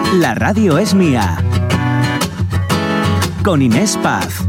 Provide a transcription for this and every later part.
La radio es mía. Con Inés Paz.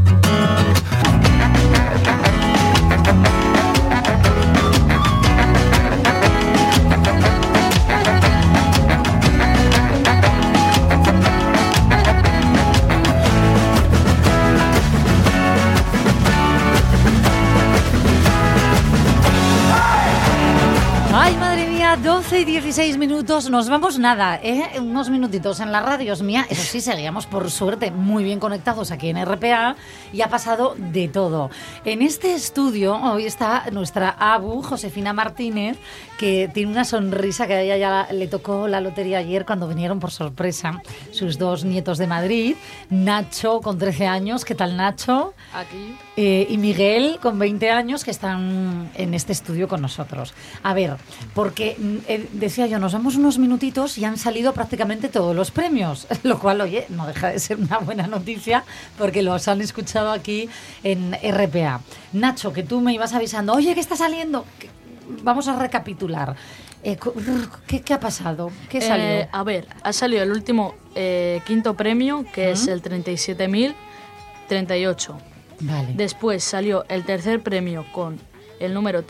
Ay, madre mía, 12 y 16 minutos, nos vamos nada, unos minutitos en la radio es mía. Eso sí, seguíamos por suerte muy bien conectados aquí en RPA y ha pasado de todo. En este estudio hoy está nuestra Abu, Josefina Martínez, que tiene una sonrisa que a ella ya le tocó la lotería ayer cuando vinieron por sorpresa sus dos nietos de Madrid, Nacho con 13 años, ¿qué tal Nacho? Aquí. Y Miguel con 20 años que están en este estudio con nosotros. A ver, porque decía yo, nos damos unos minutitos y han salido prácticamente todos los premios, lo cual, oye, no deja de ser una buena noticia porque los han escuchado aquí en RPA. Nacho, que tú me ibas avisando, oye, ¿qué está saliendo? Vamos a recapitular. ¿Qué ha pasado? ¿Qué salió? A ver, ha salido el último quinto premio, que es el 37.038. Vale. Después salió el tercer premio con el número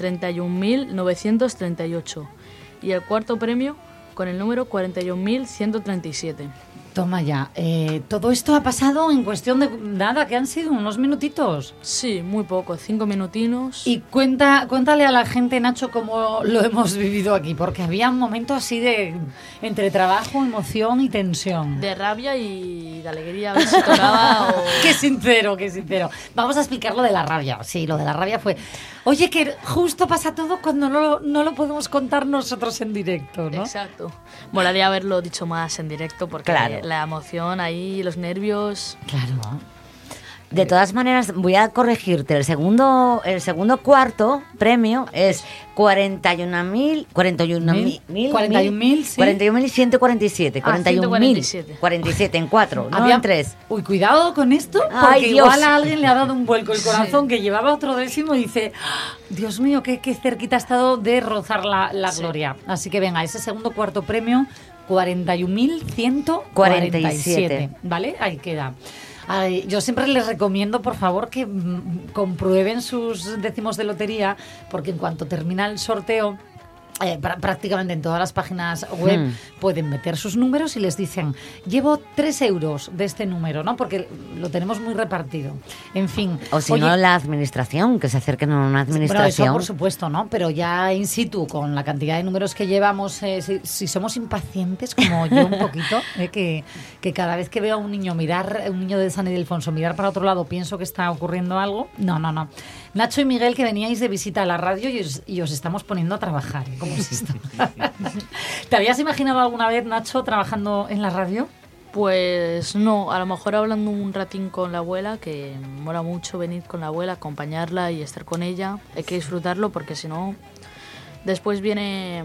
31.938 y el cuarto premio con el número 41.137. Toma ya. Todo esto ha pasado en cuestión de nada, que han sido unos minutitos. Sí, muy poco, 5 minutinos. Y cuéntale a la gente, Nacho, cómo lo hemos vivido aquí, porque había un momento así de entre trabajo, emoción y tensión. De rabia y de alegría, a ver si tocaba o... Qué sincero, qué sincero. Vamos a explicar lo de la rabia. Sí, lo de la rabia fue... Oye, que justo pasa todo cuando no lo podemos contar nosotros en directo, ¿no? Exacto. Molaría haberlo dicho más en directo porque la emoción ahí, los nervios... Claro. De todas maneras, voy a corregirte. El segundo cuarto premio es 41.147. 41.147 en 4, no en 3. Uy, cuidado con esto, porque Ay, igual a alguien le ha dado un vuelco el corazón que llevaba otro décimo y dice, Dios mío, qué cerquita ha estado de rozar la gloria. Así que venga, ese segundo cuarto premio, 41.147. ¿Vale? Ahí queda. Ay, yo siempre les recomiendo, por favor, que comprueben sus décimos de lotería, porque en cuanto termina el sorteo, prácticamente en todas las páginas web pueden meter sus números y les dicen, llevo 3 euros de este número, ¿no? Porque lo tenemos muy repartido. En fin. O si no, la administración, que se acerquen a una administración. Bueno, eso por supuesto, ¿no? Pero ya in situ, con la cantidad de números que llevamos, si somos impacientes, como yo un poquito, que cada vez que veo a un niño de San Ildefonso mirar para otro lado, pienso que está ocurriendo algo. No. Nacho y Miguel, que veníais de visita a la radio y os estamos poniendo a trabajar. ¿Cómo es esto? ¿Te habías imaginado alguna vez, Nacho, trabajando en la radio? Pues no, a lo mejor hablando un ratín con la abuela, que mola mucho venir con la abuela, acompañarla y estar con ella. Hay que disfrutarlo porque si no, después viene...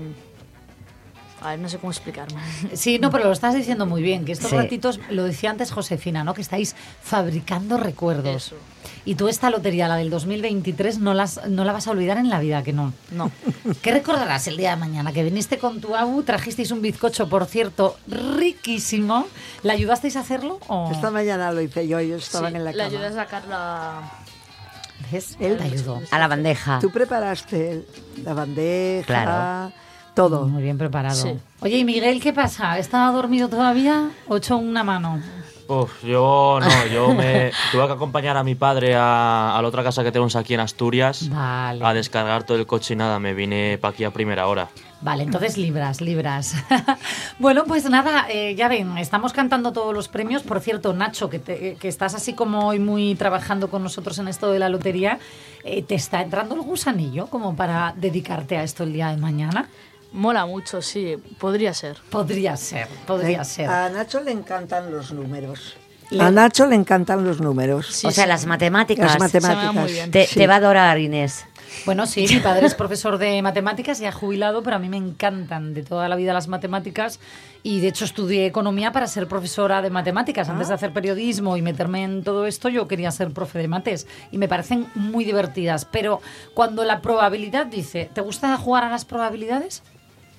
A ver, no sé cómo explicarme. Sí, no, pero lo estás diciendo muy bien, que estos ratitos, lo decía antes Josefina, ¿no? Que estáis fabricando recuerdos. Eso. Y tú esta lotería, la del 2023, no la vas a olvidar en la vida, que no. No. ¿Qué recordarás el día de mañana? Que viniste con tu abu, trajisteis un bizcocho, por cierto, riquísimo. ¿La ayudasteis a hacerlo? ¿O? Esta mañana lo hice yo estaban en la cama. Le ayudé a sacar la... ¿Ves? Él te ayudó. A la bandeja. Tú preparaste la bandeja... Claro. Todo. Muy bien preparado. Sí. Oye, ¿y Miguel qué pasa? ¿Estaba dormido todavía o echó una mano? Yo me tuve que acompañar a mi padre a la otra casa que tenemos aquí en Asturias, Vale. a descargar todo el coche y nada, me vine para aquí a primera hora. Vale, entonces libras. Bueno, pues nada, ya ven, estamos cantando todos los premios. Por cierto, Nacho, que estás así como hoy muy trabajando con nosotros en esto de la lotería, ¿te está entrando el gusanillo como para dedicarte a esto el día de mañana? Mola mucho, sí, podría ser. Podría ser. A Nacho le encantan los números. A Nacho le encantan los números. Sí, o sea, sí. las matemáticas. Se me da muy bien. Te va a adorar, Inés. Bueno, sí, mi padre es profesor de matemáticas y ha jubilado, pero a mí me encantan de toda la vida las matemáticas y de hecho estudié economía para ser profesora de matemáticas. Antes de hacer periodismo y meterme en todo esto, yo quería ser profe de mates y me parecen muy divertidas. Pero cuando la probabilidad dice, ¿te gusta jugar a las probabilidades?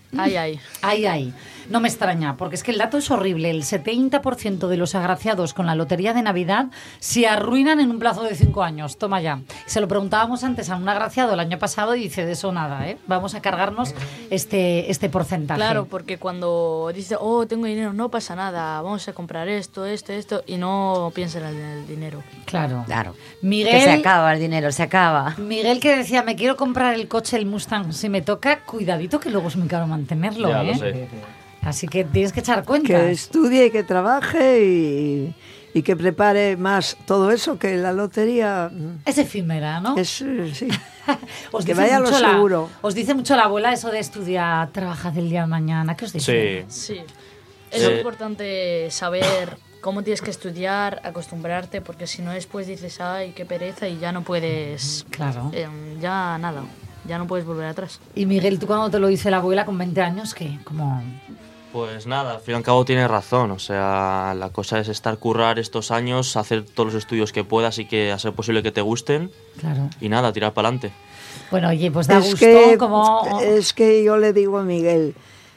Ay. Ay. No me extraña, porque es que el dato es horrible. El 70% de los agraciados con la lotería de Navidad se arruinan en un plazo de 5 años. Toma ya. Se lo preguntábamos antes a un agraciado el año pasado y dice, de eso nada, ¿eh? Vamos a cargarnos este porcentaje. Claro, porque cuando dices, tengo dinero, no pasa nada, vamos a comprar esto, y no piensan en el dinero. Claro. Miguel, que se acaba el dinero, se acaba. Miguel, que decía, me quiero comprar el coche, el Mustang, si me toca, cuidadito que luego es muy caro mantenerlo, Ya ¿eh? lo sé. Así que tienes que echar cuentas. Que estudie y que trabaje y que prepare más todo eso, que la lotería es efímera, ¿no? es, sí. Os Que dice vaya a lo mucho seguro. Os dice mucho la abuela eso de estudiar, trabajar el día de mañana. ¿Qué os dice? Sí. Es importante saber cómo tienes que estudiar, acostumbrarte, porque si no después dices, ay, qué pereza, y ya no puedes... Claro. Ya nada, ya no puedes volver atrás. Y Miguel, tú cuando te lo dice la abuela con 20 años, ¿qué? Como... Pues nada, al fin y al cabo tiene razón. O sea, la cosa es currar estos años, hacer todos los estudios que puedas y que a ser posible que te gusten. Claro. Y nada, tirar para adelante. Bueno, oye, pues da gusto como... Es que yo le digo a Miguel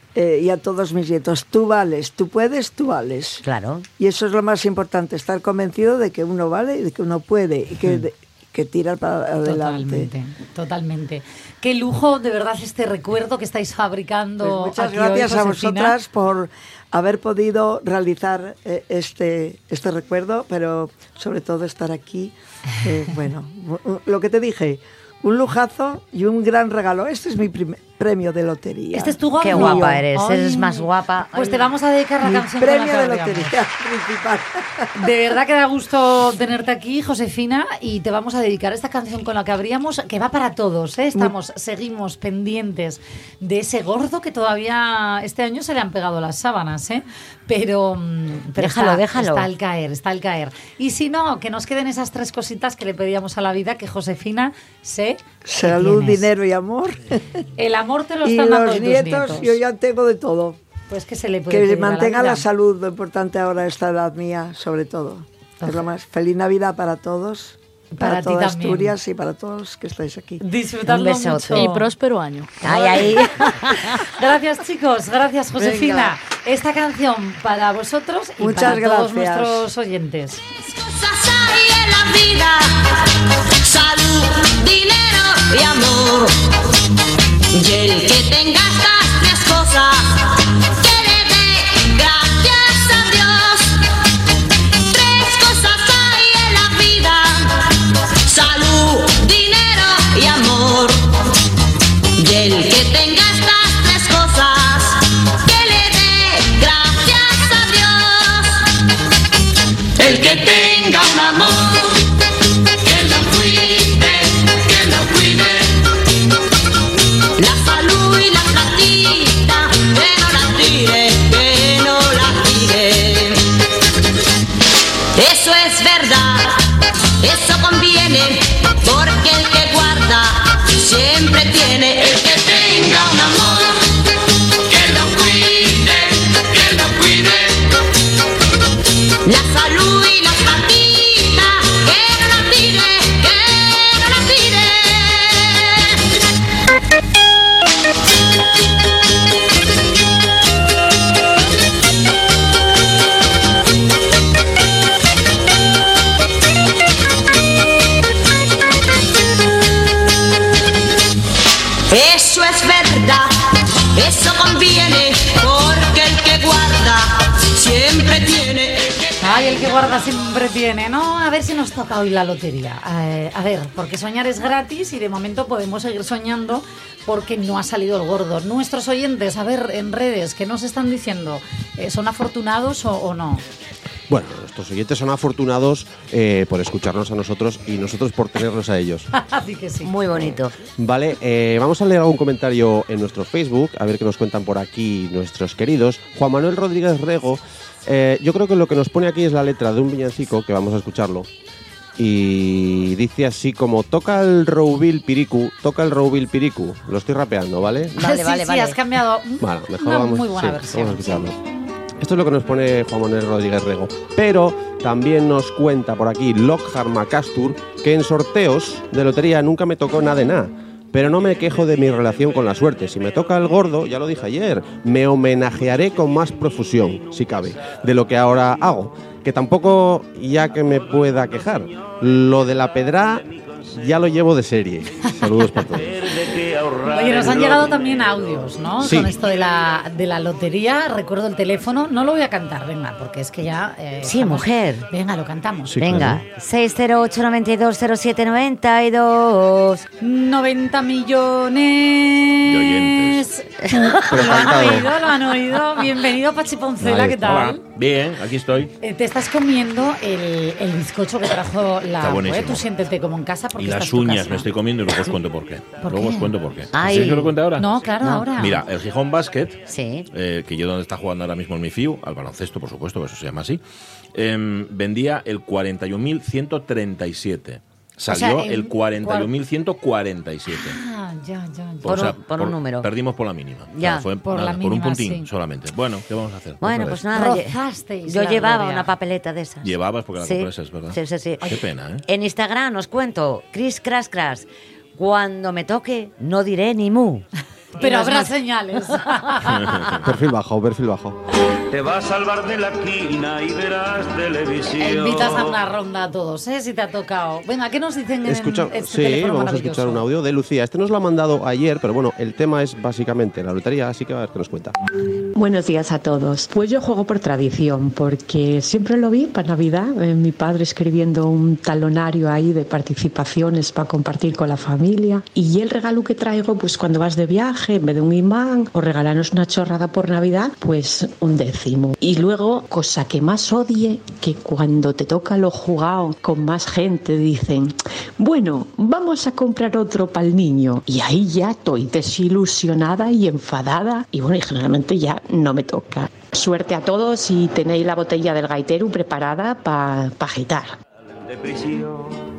y a todos mis nietos, tú vales, tú puedes, tú vales. Claro. Y eso es lo más importante, estar convencido de que uno vale y de que uno puede y que tirar para adelante. Totalmente. Qué lujo, de verdad, este recuerdo que estáis fabricando. Pues muchas aquí gracias hoy, a Josefina. vosotras por haber podido realizar este recuerdo, pero sobre todo estar aquí. Bueno, lo que te dije, un lujazo y un gran regalo. Este es mi premio de lotería. Este es tu gol. Qué mío. guapa eres, Ay. eres más guapa. Pues Ay. te vamos a dedicar la Mi canción con la premio que de abríamos. lotería principal. De verdad que da gusto tenerte aquí, Josefina, y te vamos a dedicar esta canción con la que abríamos, que va para todos, ¿eh? Seguimos pendientes de ese gordo que todavía este año se le han pegado las sábanas, ¿eh? Pero Déjalo. Está al caer. Y si no, que nos queden esas 3 cositas que le pedíamos a la vida, que Josefina sé que Salud, tienes. dinero y amor. El amor te lo Y están dando los tus nietos, yo ya tengo de todo. Pues que se le puede Que pedir a mantenga vida. la salud, lo importante ahora a esta edad mía, sobre todo. Es lo más. Feliz Navidad para todos, Para para ti toda también. Asturias y para todos los que estáis aquí. Disfrutadlo Un besote. mucho. Y próspero año. Ay. Gracias, chicos. Gracias, Josefina. Venga. Esta canción para vosotros y Muchas para todos gracias. nuestros oyentes. Cosas hay en la vida, salud, dinero y amor. Y el que tenga estas 3 cosas, que le dé gracias a Dios. 3 cosas hay en la vida, salud, dinero y amor. Y el que tenga estas 3 cosas, que le dé gracias a Dios. El que tenga un amor, que lo cuide, que lo cuide. La salud y la platita, que no la tire, que no la tire. Eso es verdad, eso conviene, porque el que guarda siempre tiene. El que tenga un amor, que lo cuide, que lo cuide. La salud y la platita, que no la tire, que no la tire. Eso es verdad, eso conviene, porque el que guarda siempre tiene. Ay, el que guarda siempre tiene, ¿no? A ver si nos toca hoy la lotería. A ver, porque soñar es gratis y de momento podemos seguir soñando porque no ha salido el gordo. Nuestros oyentes, a ver, en redes, ¿qué nos están diciendo? ¿Son afortunados o no? Bueno, nuestros oyentes son afortunados por escucharnos a nosotros y nosotros por tenerlos a ellos. Así que sí. Muy bonito. Vale, vamos a leer algún comentario en nuestro Facebook, a ver qué nos cuentan por aquí nuestros queridos. Juan Manuel Rodríguez Rego, yo creo que lo que nos pone aquí es la letra de un villancico, que vamos a escucharlo. Y dice así como, toca el Roubil Piricu. Lo estoy rapeando, ¿vale? Vale, sí, has cambiado. Bueno, mejor Una vamos, muy buena sí, versión. vamos a escucharlo. Esto es lo que nos pone Juan Manuel Rodríguez Rego. Pero también nos cuenta por aquí Lockhart Macastur que en sorteos de lotería nunca me tocó nada de nada. pero no me quejo de mi relación con la suerte. Si me toca el gordo, ya lo dije ayer, me homenajearé con más profusión, si cabe, de lo que ahora hago. Que tampoco ya que me pueda quejar. Lo de la pedra ya lo llevo de serie. Saludos para todos. Oye, nos han llegado también audios, ¿no? Sí. Con esto de la lotería. Recuerdo el teléfono. No lo voy a cantar, venga, porque es que ya... Sí, mujer. Venga, lo cantamos. Sí, Venga, 608-92-0792. 90 millones. Lo han oído. Bienvenido, Pachi Poncela, Ahí ¿qué está. tal? Hola, bien, aquí estoy. Te estás comiendo el bizcocho que trajo la Está buenísimo. Tú siéntete como en casa porque Y estás las en tu uñas casa. me estoy comiendo y luego os cuento por qué. ¿Por Luego qué? os cuento por qué. Ay. ¿Quieres que lo cuente ahora? No, claro, ahora. Mira, el Gijón Basket, Sí. que yo donde está jugando ahora mismo en mi FIU, al baloncesto, por supuesto, que eso se llama así, vendía el 41.137. Salió O sea, el 41.147. Ah, ya. Por un número. Perdimos por la mínima. Ya, Fue por la por un mínima, puntín sí. solamente. Bueno, ¿qué vamos a hacer? Bueno, pues nada. Rozasteis Yo la llevaba gloria. una papeleta de esas. Llevabas porque la Sí. comprases, ¿verdad? Sí. Qué pena, ¿eh? En Instagram os cuento, Chris Crash Crash. Cuando me toque, no diré ni mu. Pero Y nos habrá mas- señales. Perfil bajo. Te vas al bar de la quina y verás televisión. Invitas a una ronda a todos, ¿eh? Si te ha tocado. Venga, ¿qué nos dicen en Escucha, este sí, teléfono vamos a escuchar un audio de Lucía. Este nos lo ha mandado ayer, pero bueno, el tema es básicamente la lotería, así que a ver qué nos cuenta. Buenos días a todos. Pues yo juego por tradición, porque siempre lo vi para Navidad, mi padre escribiendo un talonario ahí de participaciones para compartir con la familia. Y el regalo que traigo, pues cuando vas de viaje, en vez de un imán o regalarnos una chorrada por Navidad, pues un décimo. Y luego, cosa que más odie, que cuando te toca lo jugado con más gente dicen, bueno, vamos a comprar otro para el niño. Y ahí ya estoy desilusionada y enfadada y bueno, y generalmente ya no me toca. Suerte a todos y tenéis la botella del gaitero preparada para agitar. De prisión.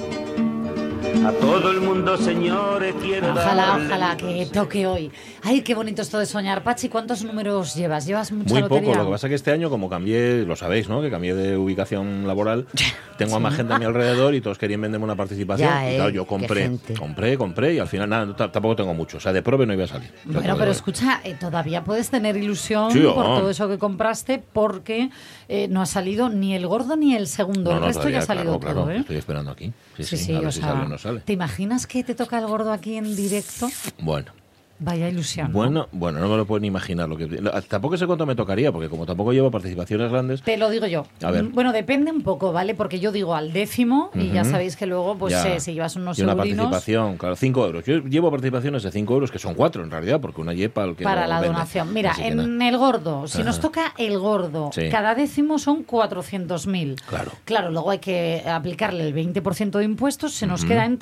A todo el mundo, señores, quiero darle Ojalá que toque hoy. Ay, qué bonito esto de soñar. Pachi, ¿cuántos números llevas? ¿Llevas mucha Muy lotería? poco, lo que pasa es que este año, como cambié, lo sabéis, ¿no? Que cambié de ubicación laboral, tengo a más gente a mi alrededor y todos querían venderme una participación. Ya, y claro, yo qué gente. compré y al final nada, tampoco tengo mucho. O sea, de prove no iba a salir. Bueno, pero escucha, todavía puedes tener ilusión Sí, por oh. todo eso que compraste porque no ha salido ni el gordo ni el segundo. El resto ya ha salido todo, ¿eh? Estoy esperando aquí. Sí, a ver o si sea, sale o no sale. ¿te imaginas que te toca el gordo aquí en directo? Bueno. Vaya ilusión, ¿no? Bueno, no me lo puedo ni imaginar. Tampoco sé cuánto me tocaría, porque como tampoco llevo participaciones grandes. Te lo digo yo. A ver. Bueno, depende un poco, ¿vale? Porque yo digo al décimo y ya sabéis que luego, pues Ya. si llevas unos Y una eurinos participación, claro, 5 euros. Yo llevo participaciones de 5 euros, que son 4 en realidad, porque una lleva al que para lo la vende. donación. Mira, Así que en nada. el gordo, si nos Ajá. toca el gordo, Sí. cada décimo son 400.000. Claro. Luego hay que aplicarle el 20% de impuestos, se nos queda en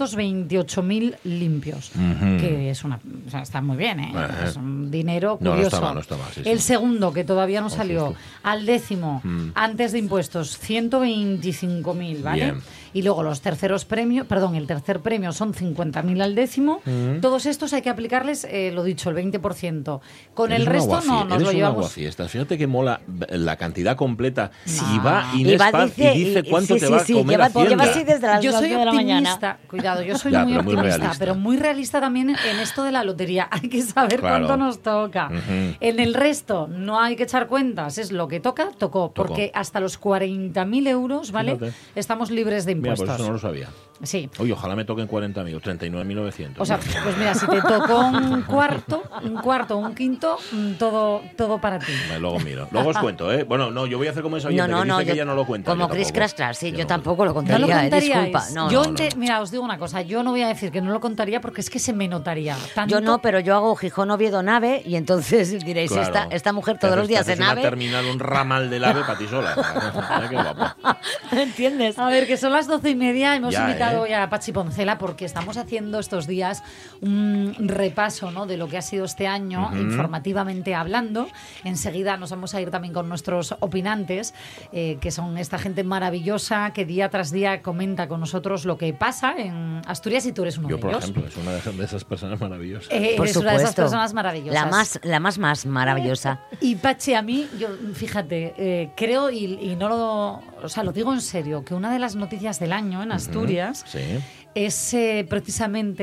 328.000 limpios, que es una, o sea, está muy bien, ¿eh? Es un dinero No, curioso. no está mal, sí, sí. El segundo, que todavía no salió, sí. al décimo, antes de impuestos, 125.000, ¿vale? Bien. Y luego los terceros premios, perdón, el tercer premio son 50.000 al décimo. Todos estos hay que aplicarles, lo dicho, el 20%. Con el Eres resto una no, nos eres lo una llevamos. aguafiestas. Fíjate que mola la cantidad completa. Y va Y Inés va, Paz y dice cuánto sí, te va a sí, comer lleva, Hacienda. lleva así desde las Yo 12 soy de la mañana. optimista, cuidado, yo soy Ya, muy pero muy optimista, realista. pero muy realista también en esto de la lotería. Hay que saber Claro. cuánto nos toca. Ujú. En el resto no hay que echar cuentas, es lo que toca, tocó. Porque hasta los 40.000 euros, ¿vale? Fíjate. Estamos libres de Mira, impuestos. pues eso no lo sabía. Sí. Oye, ojalá me toquen 40.000 o 39.900. O sea, pues mira, si te tocó un cuarto, un quinto, todo para ti. Luego miro. Luego os cuento, ¿eh? Bueno, no, yo voy a hacer como esa oyente que dice que ella no lo cuenta. Como Yo Chris tampoco. Crash Crash, sí, yo no. tampoco lo ¿No contaría, lo contaríais? disculpa. No, yo no, no. Mira, os digo una cosa, yo no voy a decir que no lo contaría porque es que se me notaría tanto. Yo no, pero yo hago Gijón Oviedo Nave y entonces diréis, Claro. esta mujer Te todos haces- los días te en haces nave. una terminal, un ramal del ave para ti sola. Mira qué guapa. ¿Entiendes? A ver, que son las 12:30, hemos Ya, invitado ya a Pachi Poncela porque estamos haciendo estos días un repaso, ¿no?, de lo que ha sido este año, informativamente hablando. Enseguida nos vamos a ir también con nuestros opinantes, que son esta gente maravillosa que día tras día comenta con nosotros lo que pasa en Asturias y tú eres uno Yo, de por ellos. ejemplo, es una de esas personas maravillosas. Por Eres una de esas supuesto. personas maravillosas. La más maravillosa. Y Pachi, a mí, yo, fíjate, creo y no lo... O sea, lo digo en serio, que una de las noticias del año en Asturias Sí. es precisamente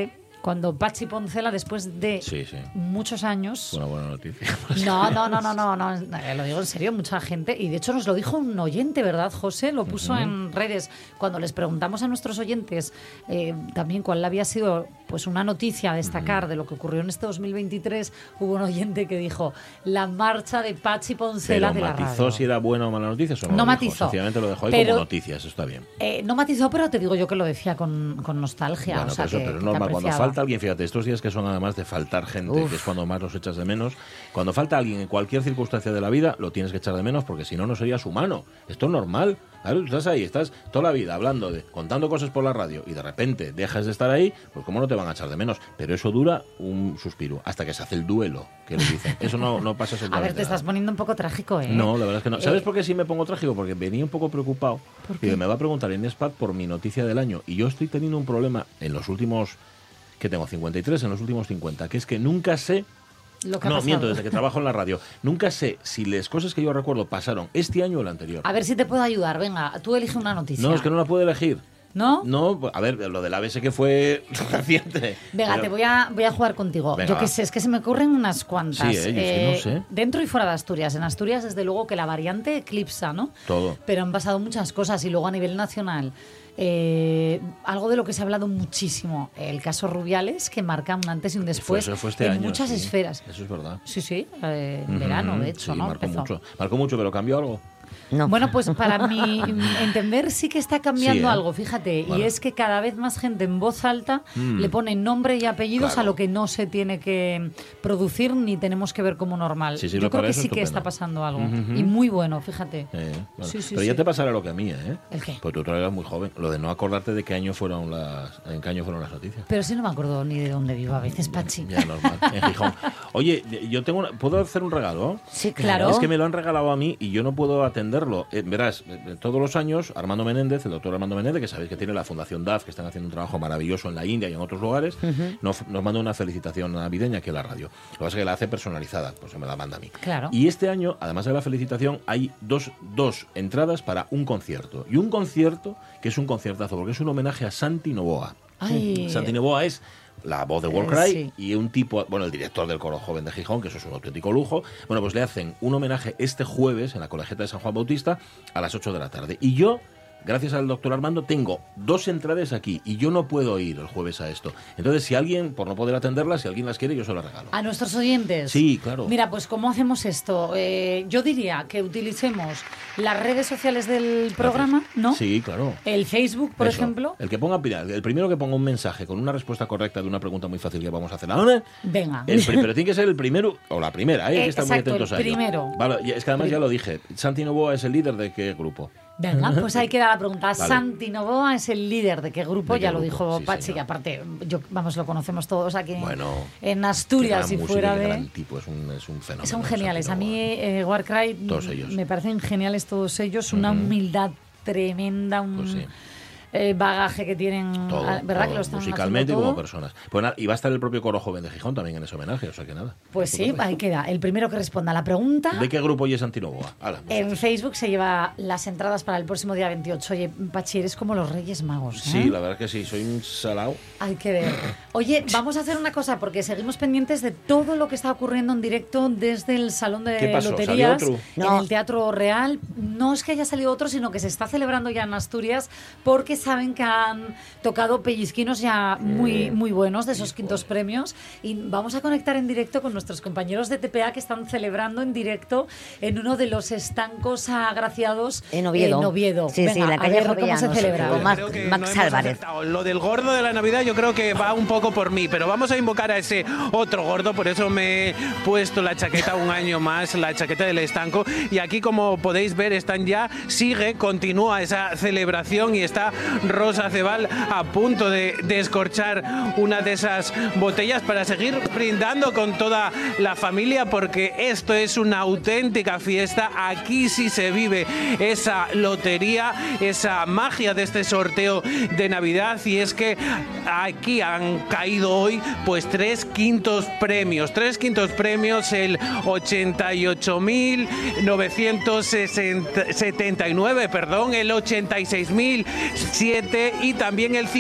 cuando Pachi Poncela, después de muchos años... Una buena noticia. No, lo digo en serio, mucha gente, y de hecho nos lo dijo un oyente, ¿verdad, José? Lo puso en redes. Cuando les preguntamos a nuestros oyentes también cuál había sido pues una noticia a destacar de lo que ocurrió en este 2023, hubo un oyente que dijo la marcha de Pachi Poncela de la radio. ¿Matizó si era buena o mala noticia? ¿O no matizó. Sencillamente lo dejó ahí como noticias, eso está bien. No matizó, pero te digo yo que lo decía con nostalgia. Bueno, o sea, pero es normal. Cuando falta alguien, fíjate, estos días que son además de faltar gente, que es cuando más los echas de menos, cuando falta alguien en cualquier circunstancia de la vida, lo tienes que echar de menos porque si no, no serías humano. Esto es normal. Claro, tú estás ahí, estás toda la vida hablando, contando cosas por la radio y de repente dejas de estar ahí, pues cómo no te van a echar de menos. Pero eso dura un suspiro, hasta que se hace el duelo, que le dicen. Eso no pasa A ver, te estás poniendo un poco trágico, ¿eh? No, la verdad es que no. ¿Sabes por qué sí me pongo trágico? Porque venía un poco preocupado. Y me va a preguntar Inés Paz por mi noticia del año. Y yo estoy teniendo un problema en los últimos, que tengo 53, en los últimos 50, que es que nunca sé... miento, desde que trabajo en la radio. Nunca sé si las cosas que yo recuerdo pasaron este año o el anterior. A ver si te puedo ayudar. Venga, tú elige una noticia. No, es que no la puedo elegir. ¿No? No, a ver, lo del ABS que fue reciente. Venga, pero... te voy a jugar contigo. Venga, yo qué sé, es que se me ocurren unas cuantas. Sí, yo no sé. Dentro y fuera de Asturias. En Asturias, desde luego, que la variante eclipsa, ¿no? Todo. Pero han pasado muchas cosas y luego a nivel nacional. Algo de lo que se ha hablado muchísimo, el caso Rubiales, que marca un antes y un después fue este en año, muchas esferas. Eso es verdad. Sí, en verano, de hecho, sí, ¿no? Marcó mucho, pero cambió algo. No. Bueno, pues para mi entender sí que está cambiando algo, fíjate, Vale. y es que cada vez más gente en voz alta le pone nombre y apellidos a lo que no se tiene que producir ni tenemos que ver como normal. Sí, yo creo que sí estupendo. que está pasando algo y muy bueno, fíjate. Bueno. Sí, pero ya te pasará lo que a mí, ¿El qué? Pues tú eras muy joven, lo de no acordarte de qué año fueron las noticias. Pero sí no me acuerdo ni de dónde vivo a veces, Pachi. Ya, normal, en Gijón. Oye, yo ¿puedo hacer un regalo? Sí, claro. Es que me lo han regalado a mí y yo no puedo atenderlo. Verás, todos los años, Armando Menéndez, el doctor Armando Menéndez, que sabéis que tiene la Fundación DAF, que están haciendo un trabajo maravilloso en la India y en otros lugares, nos manda una felicitación navideña aquí en la radio. Lo que pasa es que la hace personalizada, pues se me la manda a mí. Claro. Y este año, además de la felicitación, hay dos entradas para un concierto. Y un concierto que es un conciertazo, porque es un homenaje a Santi Novoa. Ay. Santi Novoa es la voz de War Cry sí. y un tipo, bueno, el director del Coro Joven de Gijón, que eso es un auténtico lujo. Bueno, pues le hacen un homenaje este jueves en la Colegiata de San Juan Bautista a las 8 de la tarde. Y yo, gracias al doctor Armando, tengo 2 entradas aquí y yo no puedo ir el jueves a esto. Entonces, si alguien, por no poder atenderlas, si alguien las quiere, yo se las regalo. ¿A nuestros oyentes? Sí, claro. Mira, pues ¿cómo hacemos esto? Yo diría que utilicemos las redes sociales del programa, ¿no? Sí, claro. El Facebook, por ejemplo. El primero que ponga un mensaje con una respuesta correcta de una pregunta muy fácil que vamos a hacer ahora. Venga. Pero tiene que ser el primero o la primera, hay que estar muy atentos a ello. Primero. Vale, es que además ya lo dije. Santi Novoa es el líder de qué grupo. Venga, pues ahí queda la pregunta. Vale. Santi Novoa es el líder de qué grupo, ¿De qué ya lo grupo? dijo Sí, Pachi, señor. que aparte, lo conocemos todos aquí Bueno, en Asturias y Qué gran fuera músico, qué de... gran tipo, es un fenómeno. Son geniales. A Santi mí, Novoa. Warcry, Todos ellos. me parecen geniales todos ellos. Una humildad tremenda, Pues sí. Bagaje que tienen, Todo, ¿verdad? todo, Que lo están musicalmente y haciendo como todo. personas. Pues nada, y va a estar el propio Coro Joven de Gijón también en ese homenaje, o sea que nada. Pues sí, ahí queda. El primero que responda a la pregunta ¿De qué grupo es Santi Novoa? Hala, en Facebook se lleva las entradas para el próximo día 28. Oye, Pachi, eres como los Reyes Magos, ¿eh? Sí, la verdad es que sí, soy un salao. Hay que ver. Oye, vamos a hacer una cosa porque seguimos pendientes de todo lo que está ocurriendo en directo desde el Salón de ¿Qué pasó? Loterías ¿Salió otro? en el Teatro Real. No es que haya salido otro, sino que se está celebrando ya en Asturias porque saben que han tocado pellizquinos ya muy buenos de esos quintos premios y vamos a conectar en directo con nuestros compañeros de TPA que están celebrando en directo en uno de los estancos agraciados En Oviedo. Venga, sí, la a calle ver cómo se Jovellanos, celebra. con Max Creo que no Max hemos Álvarez. acertado. Lo del gordo de la Navidad yo creo que va un poco por mí, pero vamos a invocar a ese otro gordo, por eso me he puesto la chaqueta un año más, la chaqueta del estanco, y aquí como podéis ver continúa esa celebración y está Rosa Cebal a punto de descorchar una de esas botellas para seguir brindando con toda la familia, porque esto es una auténtica fiesta. Aquí sí se vive esa lotería, esa magia de este sorteo de Navidad, y es que aquí han caído hoy pues 3 quintos premios, el 88.979, el 86.700 7 y también el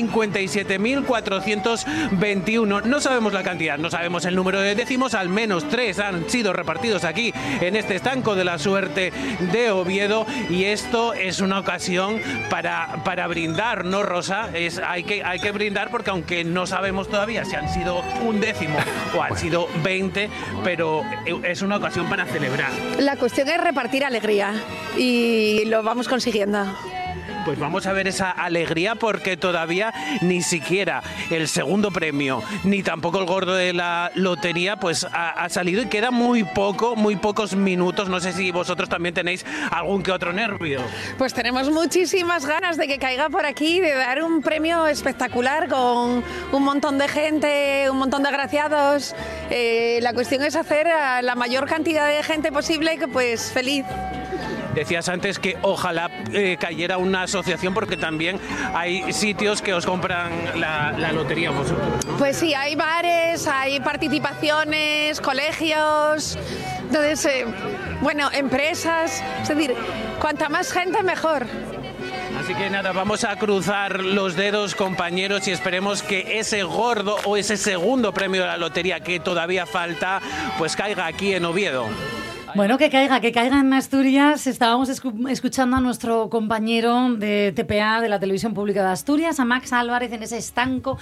57.421. No sabemos la cantidad, no sabemos el número de décimos, al menos 3 han sido repartidos aquí en este estanco de la suerte de Oviedo, y esto es una ocasión para brindar, ¿no, Rosa? Hay que brindar porque aunque no sabemos todavía si han sido un décimo o han sido 20, pero es una ocasión para celebrar. La cuestión es repartir alegría y lo vamos consiguiendo. Pues vamos a ver esa alegría, porque todavía ni siquiera el segundo premio ni tampoco el gordo de la lotería pues ha salido, y queda muy pocos minutos. No sé si vosotros también tenéis algún que otro nervio. Pues tenemos muchísimas ganas de que caiga por aquí, de dar un premio espectacular con un montón de gente, un montón de agraciados. La cuestión es hacer a la mayor cantidad de gente posible que pues feliz. Decías antes que ojalá cayera una asociación, porque también hay sitios que os compran la lotería vosotros, ¿no? Pues sí, hay bares, hay participaciones, colegios, entonces, empresas, es decir, cuanta más gente mejor. Así que nada, vamos a cruzar los dedos, compañeros, y esperemos que ese gordo o ese segundo premio de la lotería que todavía falta, pues caiga aquí en Oviedo. Bueno, que caiga en Asturias. Estábamos escuchando a nuestro compañero de TPA, de la Televisión Pública de Asturias, a Max Álvarez, en ese estanco,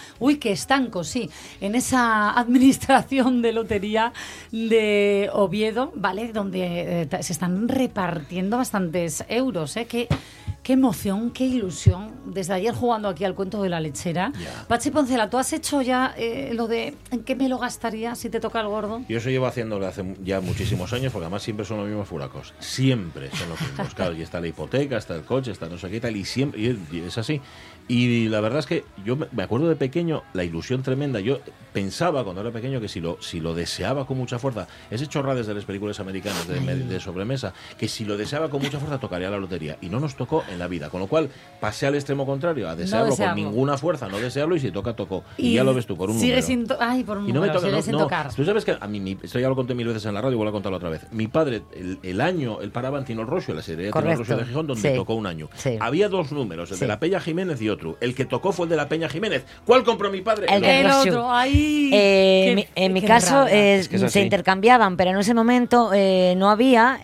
sí, en esa administración de lotería de Oviedo, ¿vale? Donde se están repartiendo bastantes euros, ¿eh? Qué emoción, qué ilusión. Desde ayer jugando aquí al cuento de la lechera. Yeah. Pachi Poncela, ¿tú has hecho ya lo de en qué me lo gastaría si te toca el gordo? Yo eso llevo haciéndolo hace ya muchísimos años, porque además siempre son los mismos furacos. Siempre son los mismos. Claro, y está la hipoteca, está el coche, está no sé qué tal, y siempre y es así. Y la verdad es que yo me acuerdo de pequeño, la ilusión tremenda. Yo pensaba cuando era pequeño que si lo deseaba con mucha fuerza, ese chorrades de las películas americanas de sobremesa, que si lo deseaba con mucha fuerza tocaría la lotería. Y no nos tocó en la vida. Con lo cual pasé al extremo contrario, a desearlo con ninguna fuerza, no desearlo, y si toca, tocó. Y ya lo ves tú, por un número. Por un número, sigue sin tocar. Tú sabes que a mí, esto ya lo conté 1000 veces en la radio, voy a contarlo otra vez. Mi padre, el año, él paraba en Tino Rossio, la serie de Tino Rossio de Gijón, donde tocó un año. Sí. Había 2 números, el de la Peña Jiménez y otro. El que tocó fue el de la Peña Jiménez. ¿Cuál compró mi padre? El otro. En mi caso se intercambiaban, pero en ese momento no había,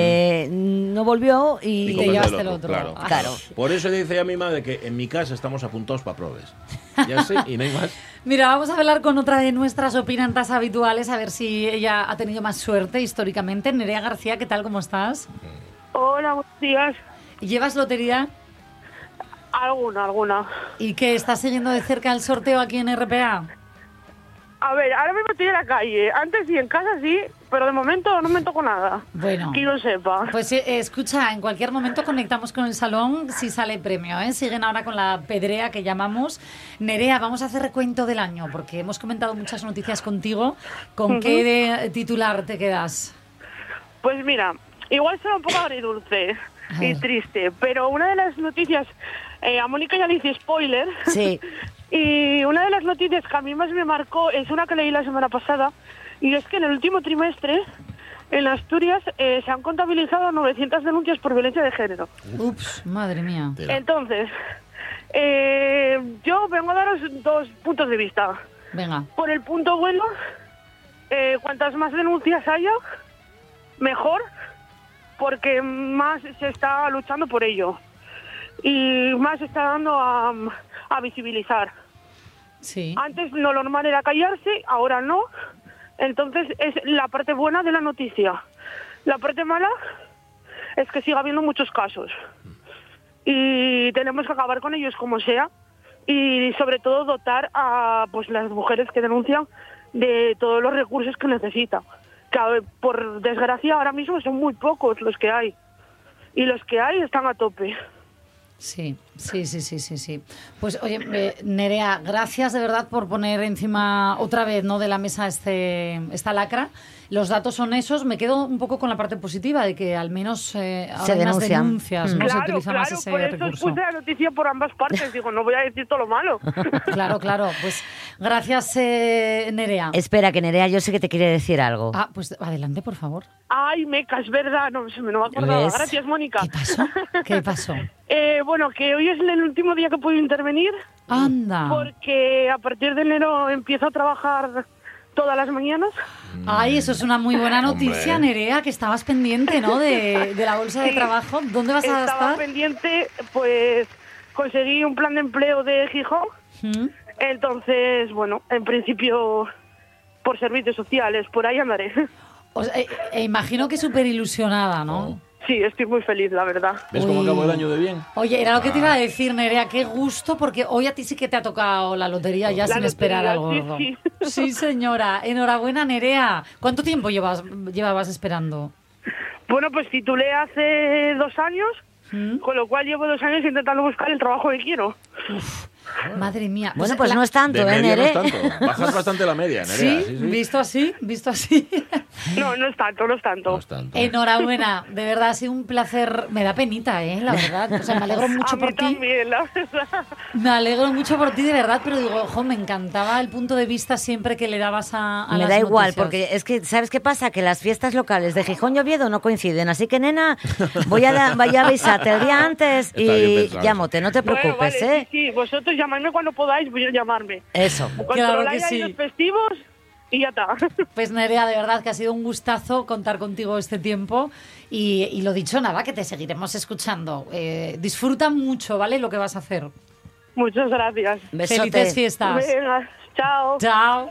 no volvió y te llevaste el otro. Claro. Por eso dice a mi madre que en mi casa estamos apuntados para probes. Ya sé, y no hay más. Mira, vamos a hablar con otra de nuestras opinantas habituales, a ver si ella ha tenido más suerte históricamente. Nerea García, ¿qué tal? ¿Cómo estás? Hola, buenos días. ¿Llevas lotería? Alguna. ¿Y qué? ¿Estás siguiendo de cerca el sorteo aquí en RPA? A ver, ahora mismo estoy en la calle. Antes sí, en casa sí, pero de momento no me toco nada. Bueno. Que lo sepa. Pues escucha, en cualquier momento conectamos con el salón si sale premio, ¿eh? Siguen ahora con la pedrea que llamamos. Nerea, vamos a hacer recuento del año, porque hemos comentado muchas noticias contigo. ¿Con qué titular te quedas? Pues mira, igual será un poco agridulce y triste, pero una de las noticias, a Mónica ya le hice spoiler. Sí. Y una de las noticias que a mí más me marcó es una que leí la semana pasada, y es que en el último trimestre en Asturias se han contabilizado 900 denuncias por violencia de género. Ups, madre mía. Entonces, yo vengo a daros 2 puntos de vista. Venga. Por el punto bueno, cuantas más denuncias haya, mejor, porque más se está luchando por ello y más se está dando a visibilizar. Sí. Antes lo normal era callarse, ahora no. Entonces es la parte buena de la noticia. La parte mala es que sigue habiendo muchos casos y tenemos que acabar con ellos como sea, y sobre todo dotar a las mujeres que denuncian de todos los recursos que necesitan, que por desgracia ahora mismo son muy pocos los que hay, y los que hay están a tope. Sí. Pues oye, Nerea, gracias de verdad por poner encima otra vez, ¿no?, de la mesa esta lacra. Los datos son esos. Me quedo un poco con la parte positiva de que al menos ahora hay más denuncias, ¿no? Se utiliza más ese recurso. Por eso puse la noticia por ambas partes. Digo, no voy a decir todo lo malo. Claro. Pues gracias, Nerea. Espera, que Nerea, yo sé que te quiere decir algo. Ah, pues adelante, por favor. Ay, meca, es verdad. No me lo acordaba. Gracias, Mónica. ¿Qué pasó? Bueno, que hoy es el último día que puedo intervenir. Anda. Porque a partir de enero empiezo a trabajar todas las mañanas. Ay, eso es una muy buena noticia, Hombre. Nerea, que estabas pendiente, ¿no? De la bolsa de Sí. trabajo. ¿Dónde vas a Estaba estar? pendiente, pues conseguí un plan de empleo de Gijón. ¿Mm? Entonces, bueno, en principio por servicios sociales, por ahí andaré. O sea, imagino que súper ilusionada, ¿no? Sí, estoy muy feliz, la verdad. ¿Ves cómo Uy. acabó el año de bien? Oye, era lo que te iba a decir, Nerea, qué gusto, porque hoy a ti sí que te ha tocado la lotería ya La sin esperar al lotería, gordo. sí, Sí, señora. Enhorabuena, Nerea. ¿Cuánto tiempo llevabas esperando? Bueno, pues titulé hace 2 años, con lo cual llevo 2 años intentando buscar el trabajo que quiero. Madre mía. Bueno, pues no es tanto, De ¿eh, media no Nere? es tanto. Bajas bastante la media, Nerea. ¿Sí? Visto así. No, no es tanto, no es tanto. Enhorabuena, de verdad ha sido un placer. Me da penita, la verdad. O sea, me alegro mucho A por mí ti. también, la verdad. Me alegro mucho por ti, de verdad, pero digo, ojo, me encantaba el punto de vista siempre que le dabas a Me las da igual, noticias. porque es que, ¿sabes qué pasa? Que las fiestas locales de Gijón y Oviedo no coinciden. Así que, nena, voy a avisarte el día antes Está bien y pensado. llámate, no te preocupes, Bueno, vale, ¿eh? sí, vosotros llamadme cuando podáis, voy a llamarme. Eso. Controláis que ahí sí. los festivos y ya está. Pues Nerea, de verdad que ha sido un gustazo contar contigo este tiempo y lo dicho, nada, que te seguiremos escuchando. Disfruta mucho, ¿vale? Lo que vas a hacer. Muchas gracias. Besote. Felices fiestas. Venga, chao. Chao.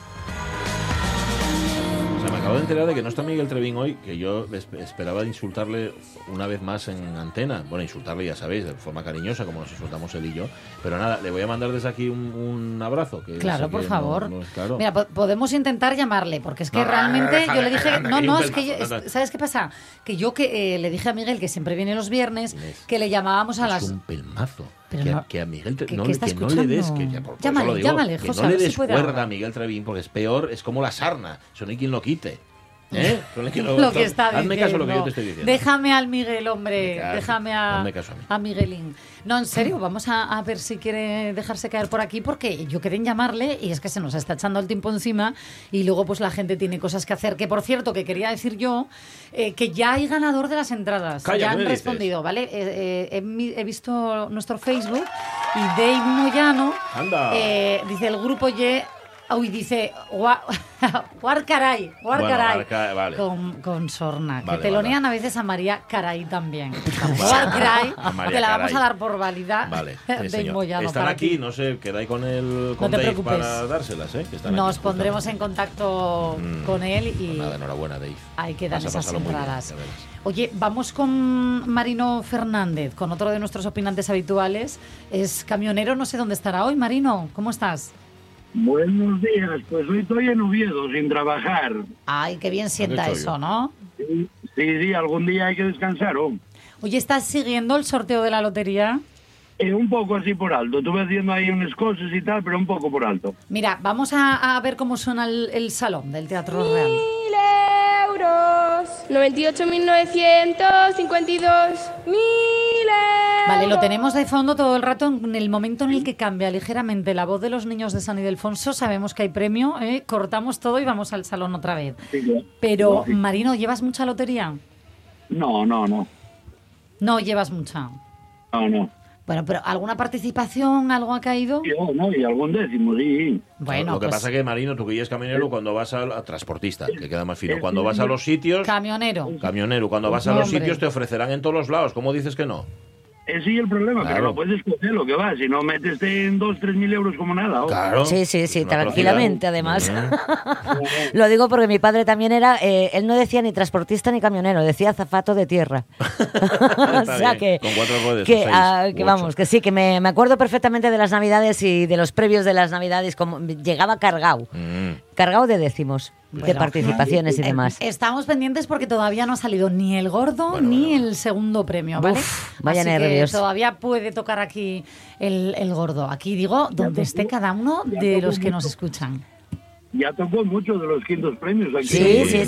O sea, me acabo de enterar de que no está Miguel Trevín hoy, que yo esperaba insultarle una vez más en antena. Bueno, insultarle, ya sabéis, de forma cariñosa, como nos insultamos él y yo. Pero nada, le voy a mandar desde aquí un abrazo. Que Claro, sé por que favor. claro. Mira, podemos intentar llamarle, porque es que No, realmente déjale, yo le dije... anda, No, que no, un es que... pelmazo. ¿Sabes qué pasa? Que yo le dije a Miguel, que siempre viene los viernes, que le llamábamos a Es las... un pelmazo. Pero que, no- que a Miguel que no, está que no le des, escuchando. que ya, por Llámale, eso lo digo, llámale, que José, no a le ver si des puede cuerda ahora. a Miguel Trevín, porque es peor, es como la sarna, eso no hay quien lo quite. Ponle que Lo que está hazme diciendo. caso a lo que yo te estoy diciendo. Déjame al Miguel, hombre. Hazme Déjame caso a mí. a Miguelín. No, en serio, vamos a ver si quiere dejarse caer por aquí, porque yo quería llamarle y es que se nos está echando el tiempo encima y luego pues la gente tiene cosas que hacer. Que por cierto, que quería decir yo, que ya hay ganador de las entradas. Calla, ya ¿qué han me dices? respondido, ¿vale? He visto nuestro Facebook y Dave Moyano Anda. dice el grupo dice Guarcaray, Bueno, vale. con sorna, Vale, que telonean a veces a María Caray también. Guarcaray, A María que la vamos Caray. a dar por válida. Vale, de señor. Moyano Están para aquí, ti. no sé, quedáis con el con No te Dave preocupes. para dárselas, que están Nos aquí, pondremos en contacto con él Pues y nada, enhorabuena, Dave. hay que dar Vas a esas pasarlo muy bien, entradas. ya verás. Oye, vamos con Marino Fernández, con otro de nuestros opinantes habituales. Es camionero, no sé dónde estará hoy. Marino, ¿cómo estás? Buenos días, pues hoy estoy en Oviedo sin trabajar. Ay, qué bien sienta hecho eso, yo. ¿no? Sí, algún día hay que descansar. ¿Oh? Oye, ¿estás siguiendo el sorteo de la lotería? Un poco así por alto. Estuve haciendo ahí unas cosas y tal, pero un poco por alto. Mira, vamos a ver cómo suena el salón del Teatro Real. Euros, 98.952, 1.000 euros. Vale, lo tenemos de fondo todo el rato. En el momento en el que cambia ligeramente la voz de los niños de San Ildefonso, sabemos que hay premio, cortamos todo y vamos al salón otra vez. Pero, Marino, ¿llevas mucha lotería? No. No llevas mucha. No. Bueno, pero ¿alguna participación, algo ha caído? No, y algún décimo, sí. Bueno, lo que pues- pasa es que, Marino, tú que ya es camionero, cuando vas a transportista, que queda más fino, cuando vas a los sitios, Camionero. camionero, cuando vas a los Hombre. sitios te ofrecerán en todos los lados. ¿Cómo dices que no? Sí, el problema, Claro. pero no puedes coger lo que va. Si no metes en 2.000-3.000 euros como nada. ¿oh? Claro. Sí, una tranquilamente, además. Lo digo porque mi padre también era, él no decía ni transportista ni camionero, decía azafato de tierra. O sea bien, con 4 ruedas, que, 6, que u vamos, que sí, que me acuerdo perfectamente de las Navidades y de los previos de las Navidades, como llegaba cargado de décimos, de Bueno. participaciones y demás. Estamos pendientes porque todavía no ha salido ni el gordo ni el segundo premio, ¿vale? Uf, vaya Así que nervios. todavía puede tocar aquí el gordo. Aquí digo, donde esté cada uno de los que nos escuchan. Ya tocó mucho de los quintos premios aquí.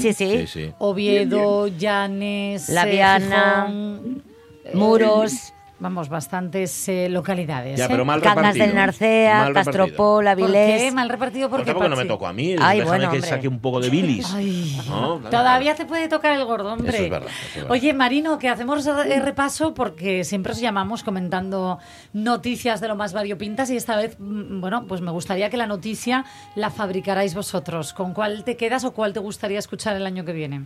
Sí. Oviedo, Llanes, La Viana, Gijón, Muros. vamos, bastantes localidades. Ya, pero mal Cangas repartido. del Narcea, Mal Castropol, ¿Por Avilés. qué? ¿Mal repartido? ¿Por Pues qué, tampoco no me Pachi? tocó a mí. Ay, Déjame bueno, que hombre. saque un poco de bilis. Ay, ¿No? todavía te puede tocar el gordo, hombre. Eso es verdad, eso es verdad. Oye, Marino, que hacemos repaso porque siempre os llamamos comentando noticias de lo más variopintas y esta vez, bueno, pues me gustaría que la noticia la fabricarais vosotros. ¿Con cuál te quedas o cuál te gustaría escuchar el año que viene?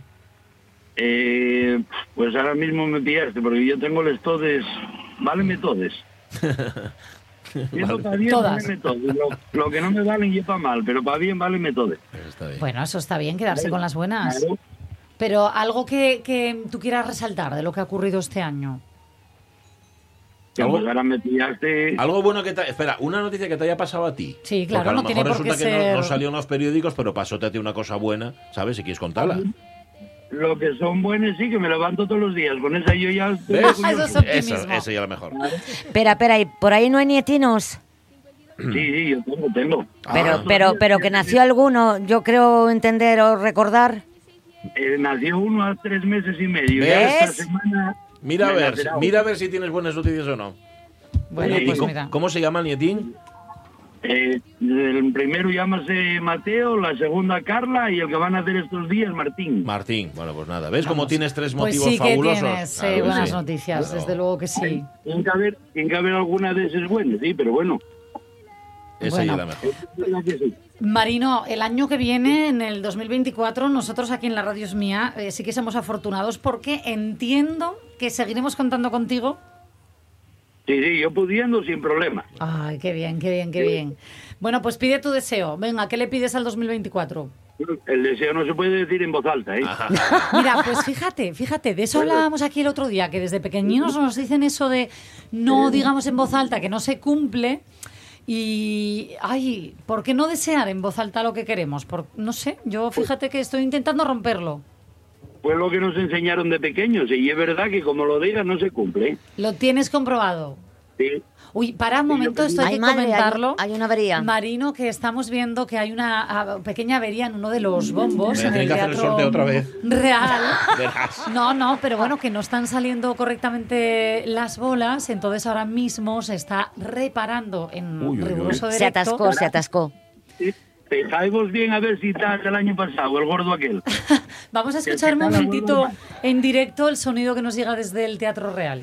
Pues ahora mismo me pillaste, porque yo tengo les todes, váleme todes. Vale. Para bien, Todas. váleme todes. Lo que no me valen y para mal, pero para bien, váleme todes. Bueno, eso está bien, quedarse con las buenas. Claro. Pero algo que tú quieras resaltar de lo que ha ocurrido este año. ¿Algo? Pues ahora me pillaste. Algo bueno que te... Espera, una noticia que te haya pasado a ti. Sí, claro, Porque a lo no tiene mejor por qué resulta que ser... no salió en los periódicos, pero pasóte a ti una cosa buena, ¿sabes? Si quieres contarla. Lo que son buenos sí, que me levanto todos los días. Con esa yo ya estoy ¿Ves? orgulloso. Eso ya lo mejor. Espera, ¿y por ahí no hay nietinos? Sí, yo tengo. Pero que nació alguno, yo creo entender o recordar. Nació uno a 3 meses y medio. ¿Ves? Ya esta semana Mira me a ver, nacerá mira a ver si tienes buenas noticias o no. Bueno, Oye, pues ¿cómo, mira. ¿Cómo se llama el nietín? El primero llámase Mateo, la segunda Carla y el que van a hacer estos días Martín. Martín. Bueno, pues nada. ¿Ves cómo tienes 3 Pues motivos sí que fabulosos? tienes Claro que buenas sí. noticias, Claro. desde luego que sí. Tiene que haber alguna de esas buenas, sí, pero bueno. Esa Bueno. ya la mejor. Marino, el año que viene, en el 2024, nosotros aquí en la Radio Es Mía sí que somos afortunados porque entiendo que seguiremos contando contigo. Sí, yo pudiendo sin problema. Ay, qué bien, qué bien, qué bien. Bueno, pues pide tu deseo. Venga, ¿qué le pides al 2024? El deseo no se puede decir en voz alta, ¿eh? Mira, pues fíjate, de eso hablábamos aquí el otro día, que desde pequeñinos nos dicen eso de no digamos en voz alta, que no se cumple. Y, ay, ¿por qué no desear en voz alta lo que queremos? No sé, yo fíjate que estoy intentando romperlo. Fue lo que nos enseñaron de pequeños y es verdad que como lo digas no se cumple. ¿Lo tienes comprobado? Sí. Uy, para un momento, esto hay Ay, que madre, comentarlo. hay una avería. Marino, que estamos viendo que hay una pequeña avería en uno de los bombos. Me en tienen el que hacer el Teatro sorteo otra vez. Real. Verás. No, pero bueno, que no están saliendo correctamente las bolas, entonces ahora mismo se está reparando en riguroso directo. Se atascó. Fijáis bien a ver si está el año pasado, el gordo aquel. Vamos a escuchar un momentito en directo el sonido que nos llega desde el Teatro Real.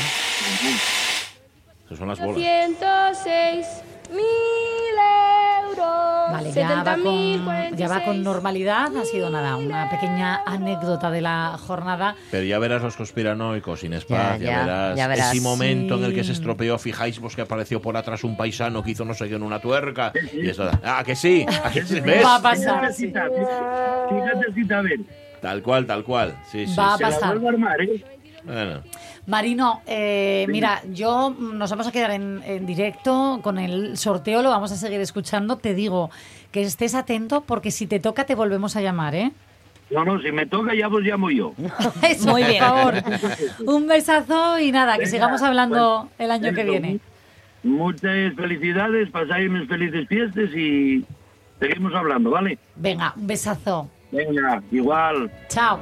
Esas son las bolas. 206.000 euros. Vale, ya va con normalidad. Ha sido nada, una pequeña anécdota de la jornada. Pero ya verás los conspiranoicos, Inés Paz, ya verás. Ese momento en el que se estropeó, fijáis vos que apareció por atrás un paisano que hizo no sé qué en una tuerca. Y eso, que sí, ¿a que sí? ¿Ves? Va a pasar. Sí. Fíjate si está bien. Tal cual. Sí, Va a sí. pasar. Se la vuelvo a armar, ¿eh? Bueno. Marino, mira, nos vamos a quedar en directo con el sorteo, lo vamos a seguir escuchando. Te digo que estés atento porque si te toca te volvemos a llamar, ¿eh? No, si me toca ya os llamo yo. Eso, Muy bien. por favor. Un besazo y nada, que sigamos hablando el año que viene. Muchas felicidades, pasáis unas felices fiestas y seguimos hablando, ¿vale? Venga, un besazo. Venga, igual. Chao.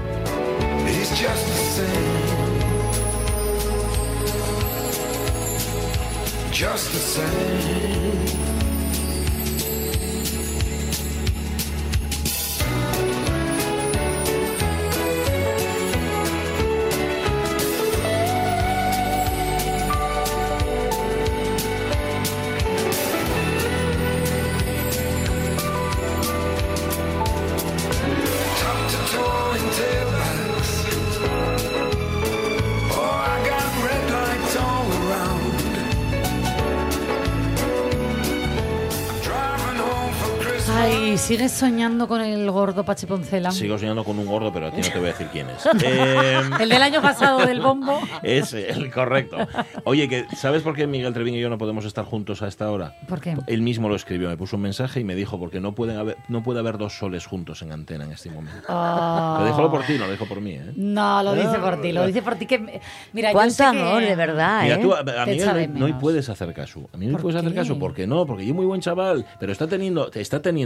Just the same. Top to toe in tailbacks. Oh, I got red lights all around. Ay, ¿sigues soñando con el gordo Pachi Poncela? Sigo soñando con un gordo, pero a ti no te voy a decir quién es. El del año pasado del bombo. Es el correcto. Oye, ¿sabes por qué Miguel Treviño y yo no podemos estar juntos a esta hora? ¿Por qué? Él mismo lo escribió, me puso un mensaje y me dijo, porque no puede haber dos soles juntos en antena en este momento. Oh. Lo dijo por ti, no lo dijo por mí, ¿eh? No, lo dice por ti, lo dice por ti que... Mira, Cuánto yo sé amor, que... de verdad, Mira, tú a Te echa de Miguel no menos. puedes hacer caso. A mí no me ¿Por puedes hacer qué? caso, ¿por qué no? Porque yo muy buen chaval, pero está teniendo una segunda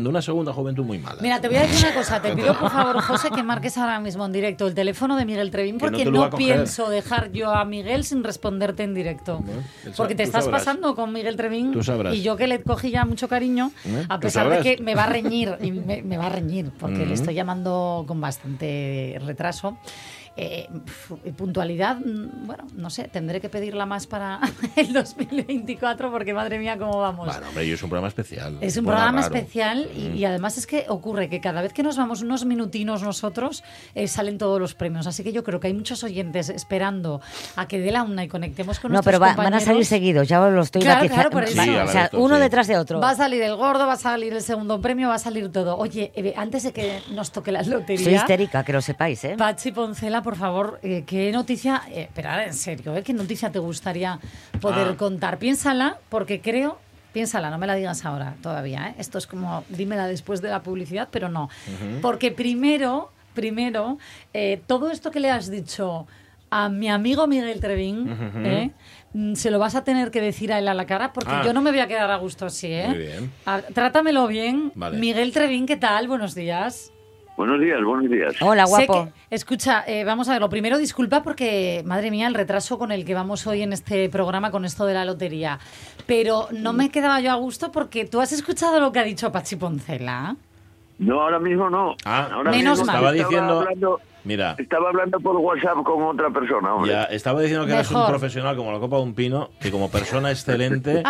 segunda juventud muy mala. Mira, te voy a decir una cosa. Te pido, por favor, José, que marques ahora mismo en directo el teléfono de Miguel Trevín, Que no porque te lo va no a coger. pienso dejar yo a Miguel sin responderte en directo. Porque te tú estás sabrás. pasando con Miguel Trevín Tú sabrás. y yo que le cogí ya mucho cariño, a Tú pesar de sabrás. que me va a reñir, y me va a reñir, porque le estoy llamando con bastante retraso. Puntualidad, bueno, no sé, tendré que pedirla más para el 2024 porque madre mía, cómo vamos. Bueno, hombre, yo es un programa especial. Es un programa especial y además es que ocurre que cada vez que nos vamos unos minutinos nosotros salen todos los premios, así que yo creo que hay muchos oyentes esperando a que dé la una y conectemos con No, nuestros pero van a compañeros. salir seguidos, ya os lo estoy Claro, vatizando. por eso. O sea, uno detrás de otro. Va a salir el gordo, va a salir el segundo premio, va a salir todo. Oye, antes de que nos toque la lotería... Estoy histérica, que lo sepáis, ¿eh? Pachi Poncela, por favor, ¿qué noticia, pero ahora en serio, qué noticia te gustaría poder contar? Piénsala, porque creo, piénsala, no me la digas ahora todavía, ¿eh? Esto es como, dímela después de la publicidad, pero no. Porque primero, todo esto que le has dicho a mi amigo Miguel Trevín, se lo vas a tener que decir a él a la cara, porque yo no me voy a quedar a gusto así, ¿eh? Muy bien. Trátamelo bien. Vale. Miguel Trevín, ¿qué tal? Buenos días. Buenos días. Hola, Sé guapo. que- escucha, vamos a ver, lo primero, disculpa porque, madre mía, el retraso con el que vamos hoy en este programa con esto de la lotería. Pero no me quedaba yo a gusto porque tú has escuchado lo que ha dicho Pachi Poncela. No, ahora mismo no. Ahora Menos mismo mal. Estaba diciendo... hablando- Mira, Estaba hablando por WhatsApp con otra persona, hombre. ya estaba diciendo que eres un Mejor. profesional como la copa de un pino, que como persona excelente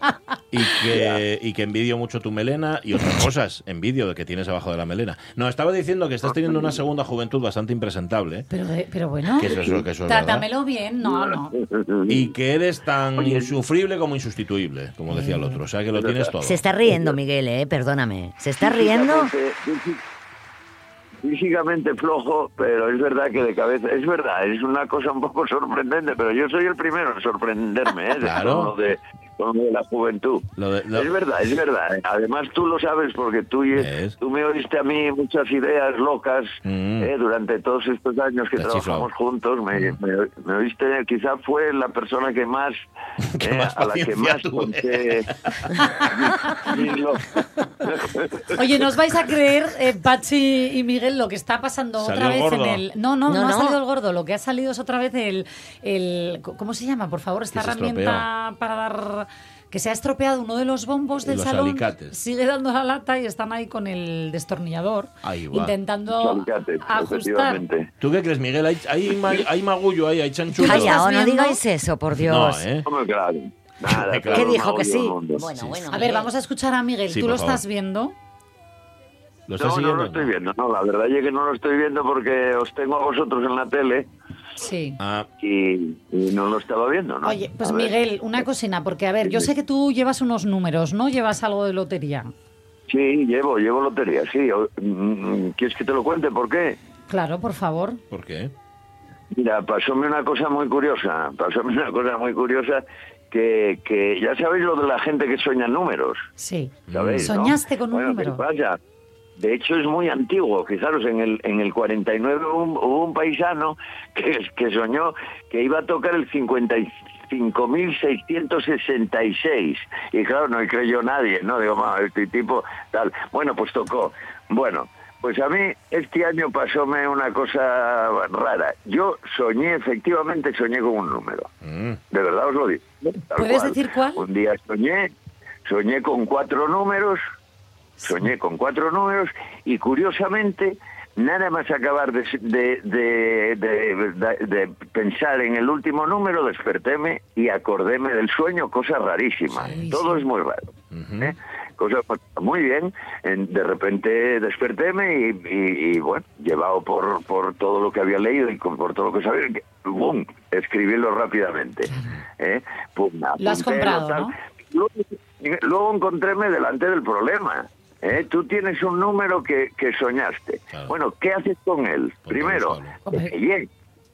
y que envidio mucho tu melena y otras cosas, envidio de que tienes abajo de la melena. No, estaba diciendo que estás teniendo una segunda juventud bastante impresentable. Pero bueno, Que eso es verdad. trátamelo bien, no. Y que eres tan insufrible como insustituible, como decía el otro. O sea que lo tienes todo. Se está riendo, Miguel, perdóname. ¿Se está riendo? Físicamente flojo, pero es verdad que de cabeza, es verdad, es una cosa un poco sorprendente, pero yo soy el primero en sorprenderme, Claro. con lo de la juventud. Es verdad. Además tú lo sabes porque tú me oíste a mí muchas ideas locas durante todos estos años que Te has trabajamos juntos. Me oíste, quizá fue la persona que más, a la que más conté. Oye, ¿nos vais a creer, Pachi y Miguel, lo que está pasando Salió otra vez gordo. en el... No ha salido el gordo, lo que ha salido es otra vez el ¿cómo se llama? Por favor, esta Que se herramienta para dar... Que se ha estropeado uno de los bombos del Los salón. alicates. Sigue dando la lata y están ahí con el destornillador Ahí va. intentando ajustar. ¿Tú qué crees, Miguel? Hay magullo ahí, hay chanchullo. Calla, no digáis eso, por Dios. No, ¿eh? Hombre, claro. Nada, ¿Qué dijo que sí? A ver, vamos a escuchar a Miguel. Sí, ¿Tú por lo favor. estás viendo? ¿Lo estás No siguiendo? lo estoy viendo, no, la verdad es que no lo estoy viendo porque os tengo a vosotros en la tele Sí. y no lo estaba viendo, ¿no? Oye, pues A ver. Miguel, una cocina, porque a ver, yo sé que tú llevas unos números, ¿no? Llevas algo de lotería. Sí, llevo lotería, sí. ¿Quieres que te lo cuente? ¿Por qué? Claro, por favor. ¿Por qué? Mira, pasóme una cosa muy curiosa que ya sabéis lo de la gente que sueña en números. Sí. ¿Sabéis, no? ¿Soñaste con un Bueno, número? ¿qué pasa? De hecho es muy antiguo, fijaros, en el 49 hubo un paisano que soñó que iba a tocar el 55.666 y claro, no creyó nadie, ¿no? Digo, este tipo, tal. Bueno, pues tocó. Bueno, pues a mí este año pasóme una cosa rara. Yo efectivamente soñé con un número. De verdad os lo digo. Tal ¿Puedes cual. decir cuál? Un día soñé con 4 números. Soñé con 4 números y curiosamente, nada más acabar de pensar en el último número, despertéme y acordéme del sueño, cosa rarísima. Todo es muy raro. Cosa muy bien. De repente despertéme y bueno, llevado por todo lo que había leído y por todo lo que sabía, ¡bum!, escribirlo rápidamente. Pum, Lo has comprado, tal. ¿no? Luego encontréme delante del problema. Tú tienes un número que soñaste. Bueno, ¿qué haces con él? Primero, ¿de qué ye?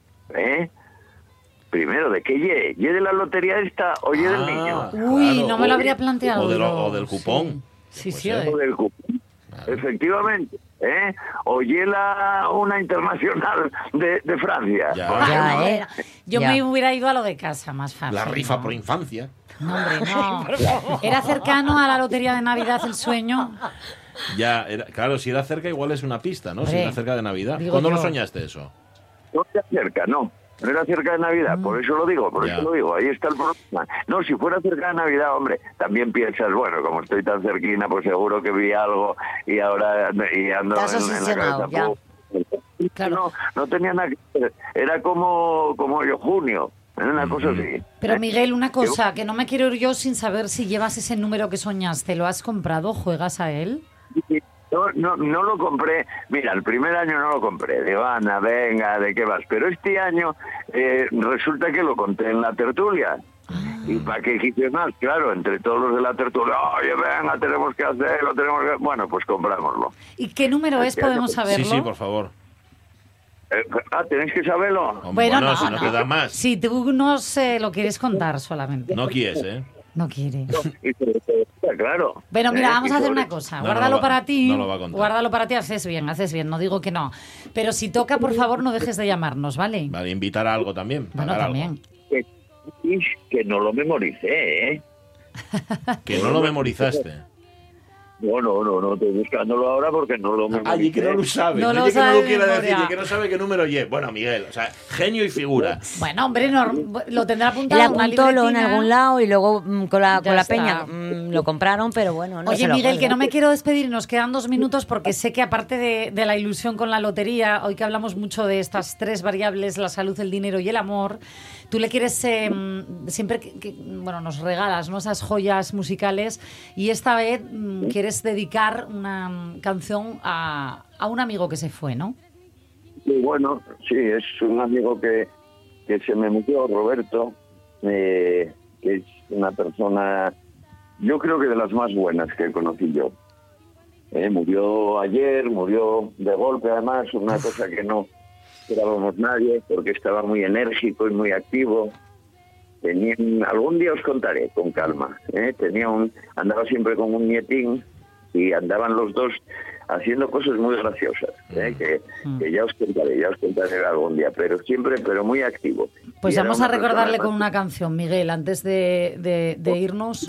Primero, ¿de qué ye? ¿Ye de la lotería esta o ye del niño? Uy, no me lo habría planteado. O del cupón. Sí, sí. O del cupón. Efectivamente. O ye una internacional de Francia. Yo me hubiera ido a lo de casa, más fácil. La rifa ¿no? por infancia. No, hombre, no. Era cercano a la lotería de Navidad el sueño. Ya, claro, si era cerca igual es una pista, ¿no? Si era cerca de Navidad. Digo ¿Cuándo yo. lo soñaste eso? No era cerca, no. No era cerca de Navidad, por eso lo digo, ahí está el problema. No, si fuera cerca de Navidad, hombre, también piensas, bueno, como estoy tan cerquina, pues seguro que vi algo y ahora ando en la cabeza. Claro. No tenía nada que ver, era como yo, junio, era una cosa así. Pero Miguel, una cosa, que no me quiero ir yo sin saber si llevas ese número que soñaste. ¿Lo has comprado? ¿Juegas a él? No lo compré. Mira, el primer año no lo compré. Digo, Ana, venga, ¿de qué vas? Pero este año resulta que lo conté en la tertulia. ¿Y para qué quise más? Claro, entre todos los de la tertulia, oye, venga, tenemos que hacerlo, Bueno, pues comprámoslo. ¿Y qué número es? ¿Podemos saberlo? Sí, por favor. ¿Tenéis que saberlo? Bueno, si no te da más. Si tú nos lo quieres contar solamente. No quieres, ¿eh? No quiere. Claro. Bueno, mira, vamos a hacer una cosa. Guárdalo para ti. No lo va a contar. Guárdalo para ti, haces bien, no digo que no. Pero si toca, por favor, no dejes de llamarnos, ¿vale? Vale, invitar a algo también. Bueno, también. Que no lo memoricé, ¿eh? Que no lo memorizaste. No, estoy buscándolo ahora porque no lo memoricé. Allí que no lo sabe, No lo que no sabe lo de quiere memoria. decir, y que no sabe qué número lleva. Bueno, Miguel, o sea, genio y figura. Bueno, hombre, lo tendrá apuntado Él en una apuntó en libretina. algún lado y luego con la Ya peña está. lo compraron, pero bueno, no Oye, se lo Miguel, que acuerda. no me quiero despedir, nos quedan 2 minutos porque sé que aparte de la ilusión con la lotería, hoy que hablamos mucho de estas 3 variables, la salud, el dinero y el amor, tú le quieres, siempre bueno, nos regalas, ¿no?, esas joyas musicales, y esta vez quieres dedicar una canción a un amigo que se fue, ¿no? Y bueno, sí, es un amigo que se me murió, Roberto, que es una persona, yo creo que de las más buenas que conocí yo. Murió ayer, murió de golpe, además, una cosa que no esperábamos nadie, porque estaba muy enérgico y muy activo. Algún día os contaré con calma. Andaba siempre con un nietín y andaban los dos haciendo cosas muy graciosas, que ya os contaré algún día, pero siempre, muy activo. Pues Y era vamos a una recordarle persona con una canción, Miguel, antes de irnos.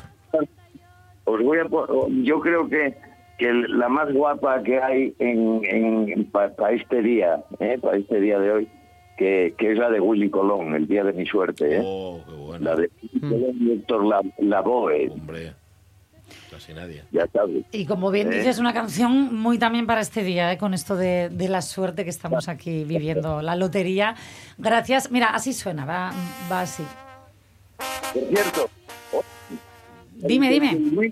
Yo creo que la más guapa que hay para este día, para este día de hoy, que es la de Willy Colón, El día de mi suerte. Oh, qué buena. La de Willy Colón y Héctor Lavoe. Hombre, casi nadie. Ya sabes. Y como bien dices, una canción muy también para este día, con esto de la suerte que estamos aquí viviendo, la lotería. Gracias. Mira, así suena, va así. Por cierto, Dime.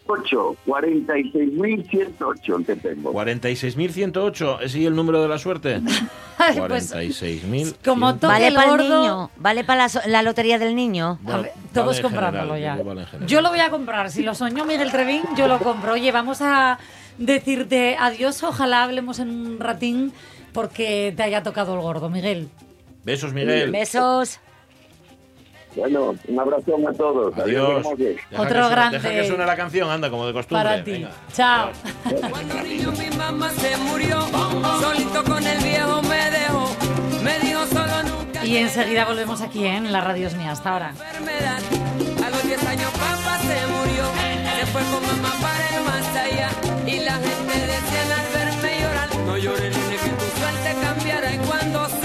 46.108 el que tengo. 46.108, ¿ese es el número de la suerte? Pues, 46.000. como toque ¿Vale el para el gordo, niño? ¿Vale para la lotería del niño? todos comprándolo ya. Yo lo voy a comprar. Si lo soñó Miguel Trevín, yo lo compro. Oye, vamos a decirte adiós. Ojalá hablemos en un ratín porque te haya tocado el gordo, Miguel. Besos, Miguel. Besos. Bueno, un abrazo a todos. Adiós. Otro grande. Deja que suene la canción, anda, como de costumbre. Para ti. Venga. Chao. Mi mamá se murió, solito con el viejo me dejó, me dijo solo nunca. Y enseguida volvemos aquí en La Radio es Mía. Hasta ahora. Enfermedad. A los 10 años papá se murió, se fue con mamá para el más allá. Y la gente decía al verme llorar, no llores, ni que tu suerte cambiara. Y cuando